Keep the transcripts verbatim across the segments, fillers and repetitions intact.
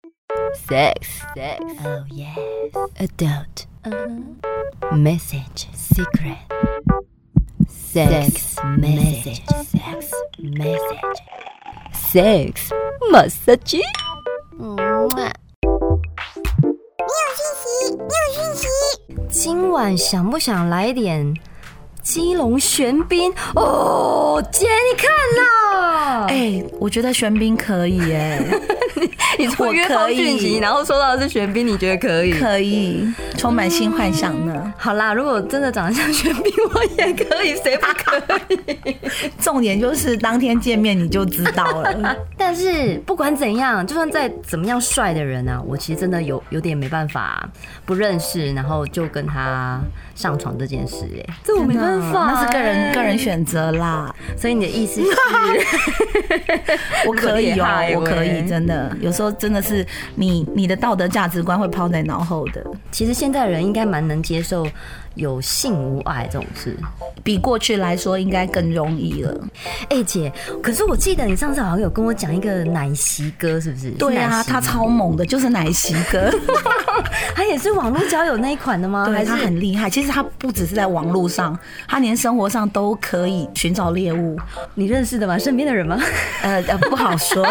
Sex, sex, oh yes. Adult, uh-huh. Message, secret. Sex, message, sex, message. Sex, massage. 你有讯息，你有讯息。 今晚想不想来点基隆玄彬？哦，姐，你看啦！ 哎、欸，我觉得玄彬可以哎、欸。 你从约炮讯息，然后收到的是玄彬，你觉得可以？ 可以，充满性幻想呢、嗯。 好啦，如果真的长得像玄彬，我也可以，谁不可以？ 重点就是当天见面你就知道了。 但是不管怎样，就算再怎么样帅的人啊，我其实真的有有点没办法不认识，然后就跟他上床这件事、欸，哎，这我没办法、欸， 那是个人个人选择啦。 所以你的意思是， 我可以哦、喔，我可以，真的，有时候真的是你你的道德价值观会抛在脑后的。 其实现在人应该蛮能接受有性无爱这种事， 比过去来说应该更容易了。 哎、欸、姐，可是我记得你上次好像有跟我讲一个奶昔哥，是不是？ 对啊，他超猛的，就是奶昔哥。 他也是网络交友那一款的吗？ 对， 还是他很厉害。其实他不只是在网络上，他连生活上都可以寻找猎物。 你认识的吗？身边的人吗？ 呃呃，不好说。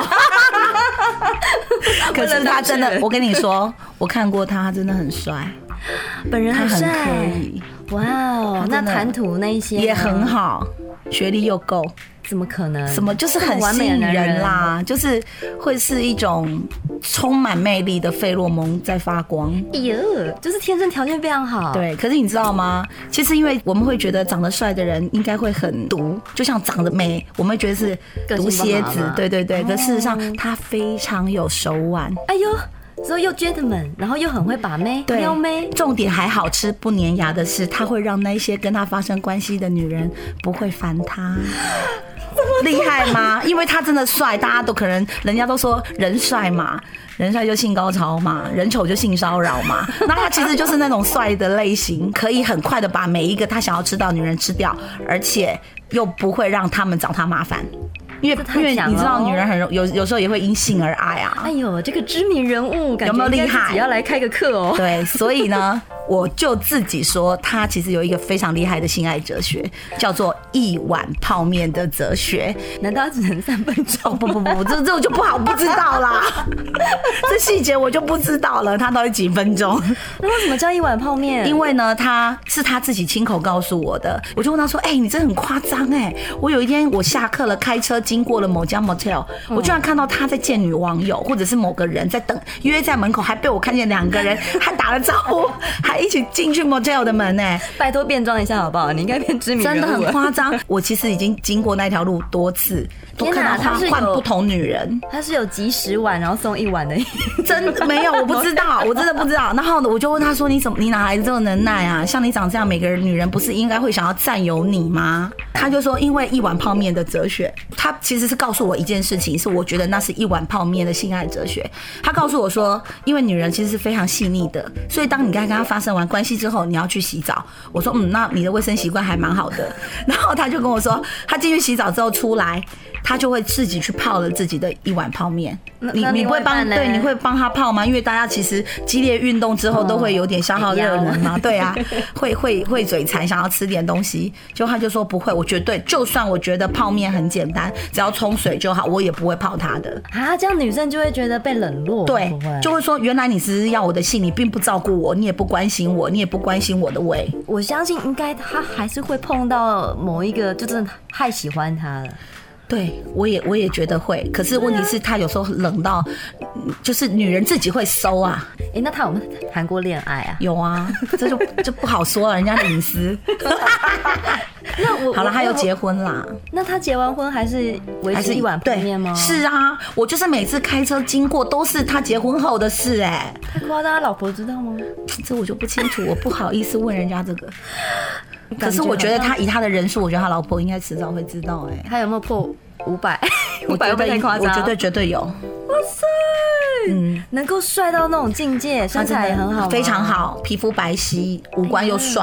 可是他真的，我跟你说，我看过他，他真的很帅， 本人很帅， 他很可以。 哇哦，那谈吐那一些也很好，学历又够。 怎么可能？ 什么就是很吸引人啦，就是会是一种充满魅力的费洛蒙在发光。 哎呦，就是天生条件非常好。 对，可是你知道吗？其实因为我们会觉得长得帅的人应该会很毒，就像长得美，我们会觉得是毒蝎子。对对对，可事实上他非常有手腕。 哎呦。所以又 gentleman， 然后又很会把妹，撩妹。 重点还好吃不粘牙的是，他会让那些跟他发生关系的女人不会烦他。厉害吗？因为他真的帅，大家都可能，人家都说人帅嘛，人帅就性高潮嘛，人丑就性骚扰嘛。那他其实就是那种帅的类型，可以很快的把每一个他想要吃到的女人吃掉，而且又不会让他们找他麻烦。因为因为你知道，女人很有有时候也会因性而爱啊。 哎呦，这个知名人物，感觉有没有厉害？ 也要来开个课哦。 对，所以呢，我就自己说，他其实有一个非常厉害的性爱哲学，叫做一碗泡面的哲学。 难道只能三分钟？ 不不不，这这我就不好不知道啦。这细节我就不知道了，他到底几分钟？ 那为什么叫一碗泡面？ 因为呢，他是他自己亲口告诉我的。我就问他说：“哎、欸，你真的很夸张哎！我有一天我下课了，开车经过了某家 motel， 我居然看到他在见女网友，或者是某个人在等约在门口，还被我看见两个人还打了招呼，还一起进去 motel 的门哎！ 拜托变装一下好不好？你应该变知名人物。 真的很夸张。我其实已经经过那条路多次，都看到他换不同女人。 他是有集十碗然后送一碗的， 真的没有，我不知道，我真的不知道。然后呢，我就问他说：“你怎么，你哪来的这个能耐啊？像你长这样，每个人女人不是应该会想要占有你吗？”他就说：“因为一碗泡面的哲学。”他其实是告诉我一件事情，是我觉得那是一碗泡面的性爱哲学。他告诉我说，因为女人其实是非常细腻的，所以当你刚跟她发生完关系之后，你要去洗澡。我说：“嗯，那你的卫生习惯还蛮好的。”然后他就跟我说，他进去洗澡之后出来，他就会自己去泡了自己的一碗泡面。你你会帮对，你会帮他泡吗？因为大家其实激烈运动之后都会有点消耗热能嘛，对啊，会会会嘴馋，想要吃点东西。就他就说不会，我绝对，就算我觉得泡面很简单，只要冲水就好，我也不会泡它的啊。这样女生就会觉得被冷落， 对，就会说原来你只是要我的性，你并不照顾我，你也不关心我，你也不关心我的胃。 我相信应该他还是会碰到某一个，就真的太喜欢他了。 对，我也我也觉得会，可是问题是他有时候冷到，就是女人自己会收啊。 哎、欸，那他有没有谈过恋爱啊？ 有啊，这就就不好说了，人家的隐私。 那我好了，他又结婚啦。 那他结完婚还是维持一碗泡面吗？ 是啊，我就是每次开车经过都是他结婚后的事哎、 欸。太夸张，他老婆知道吗？ 这我就不清楚，我不好意思问人家这个。可是我觉得他以他的人数，我觉得他老婆应该迟早会知道哎、欸。 他有没有破五百？ 五百会太夸张，我绝对绝对有。 哇塞！嗯，能够帅到那种境界，身材也很好， 非常好，皮肤白皙，五官又帅。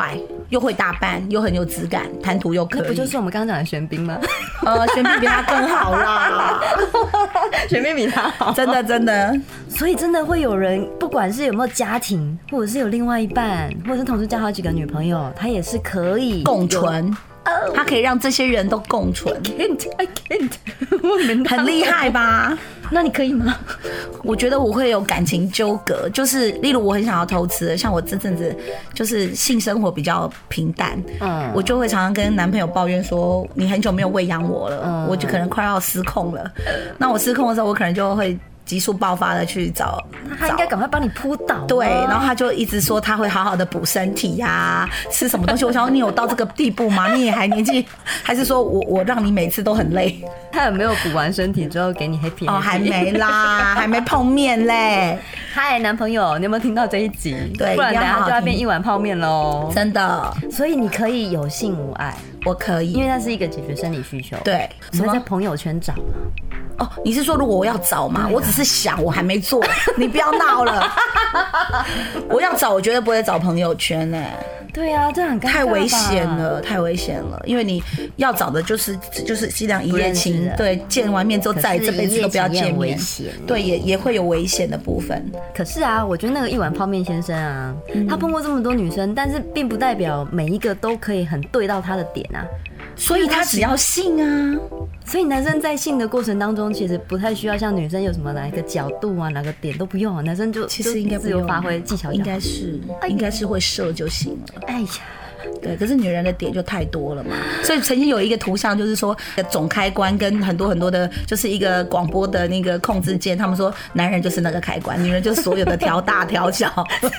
又会打扮，又很有质感，谈吐又可以。 那不就是我们刚刚讲的玄彬吗？ 呃，玄彬比他更好啦， 玄彬比他好， 真的真的。 所以真的会有人，不管是有没有家庭，或者是有另外一半，或者是同时交好几个女朋友，他也是可以共存。他可以让这些人都共存。 I can't, I can't 很厉害吧？ 那你可以吗？ 我觉得我会有感情纠葛，就是例如我很想要偷吃，像我这阵子就是性生活比较平淡，嗯，我就会常常跟男朋友抱怨说，你很久没有喂养我了，嗯，我就可能快要失控了。那我失控的时候，我可能就会急速爆发的去找， 他应该赶快帮你扑倒。 对，然后他就一直说他会好好的补身体呀、啊，吃什么东西。我想说你有到这个地步吗？你也还年纪，还是说我我让你每次都很累？ 他有没有补完身体之后给你 happy？ 哦，还没啦，还没碰面嘞。 嗨，男朋友，你有没有听到这一集？ 对， 不然等下就要变一碗泡面喽。 真的， 所以你可以有性无爱， 我可以， 因为那是一个解决生理需求。 对， 什么在朋友圈找吗？ 哦，你是说如果我要找吗？我只是想，我还没做，你不要闹了。我要找，我绝对不会找朋友圈呢、欸。 对啊，这很太危险了，太危险了。因为你要找的就是就是尽量一夜情，对，见完面之后再这辈子都不要见面，对，也也会有危险的部分。 可是啊，我觉得那个一碗泡面先生啊，嗯、他碰过这么多女生，但是并不代表每一个都可以很对到他的点啊。 所以他只要性啊， 所以男生在性的过程当中，其实不太需要像女生有什么哪一个角度啊，哪个点都不用啊，男生就其实应该自由发挥技巧， 应该是应该是会射就行了。 哎呀。 对，可是女人的点就太多了嘛，所以曾经有一个图像，就是说总开关跟很多很多的，就是一个广播的那个控制键，他们说男人就是那个开关，女人就是所有的调大调小。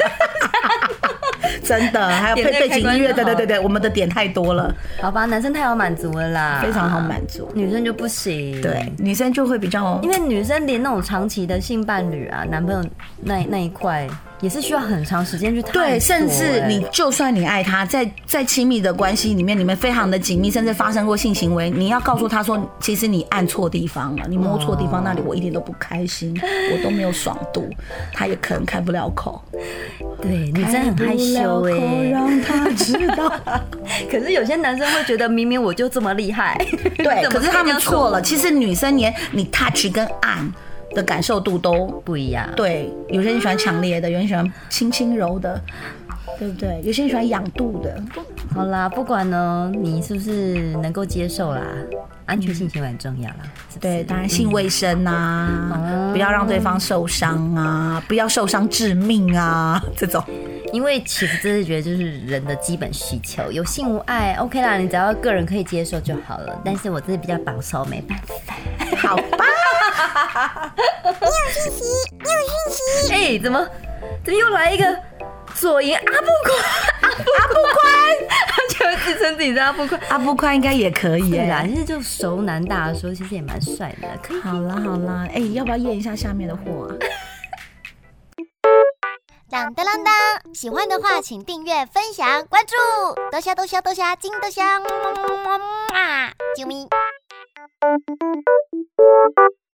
真的，还有配背景音乐，对对对对，我们的点太多了。 好吧，男生太好满足了啦， 非常好满足， 女生就不行。 对，女生就会比较， 因为女生连那种长期的性伴侣啊，男朋友那那一块。也是需要很长时间去探索， 对，甚至你就算你爱他，在在亲密的关系里面，你们非常的紧密，甚至发生过性行为，你要告诉他说，其实你按错地方了，你摸错地方，那里我一点都不开心，我都没有爽度，他也可能开不了口。 对，女生很害羞哎、欸， 让他知道。 可是有些男生会觉得，明明我就这么厉害， 对，可是他们错了。其实女生连你 touch 跟按的感受度都不一样， 对，有些人喜欢强烈的，有人喜欢轻轻柔的，对不对？有些人喜欢仰度的。 好啦，不管呢，你是不是能够接受啦？安全性行为很重要啦，是不是？ 对，当然性卫生啊、嗯，不要让对方受伤啊，不要受伤致命啊，这种。 因为其实真的觉得就是人的基本需求，有性无爱 OK 啦，你只要个人可以接受就好了。但是我真的比较保守，没办法。 好吧。 你有讯息，你有讯息。 哎、欸，怎么怎么又来一个左营阿布宽？阿布阿布宽， 他就自称自己是阿布宽。 阿布宽应该也可以耶、 欸。对啦，其实就熟男大叔，其实也蛮帅的。可以。 好啦好啦，哎、欸，要不要验一下下面的货啊？ 当当当当！喜欢的话，请订阅、分享、关注，多虾多虾多虾，金多虾，么么么么么，啾咪。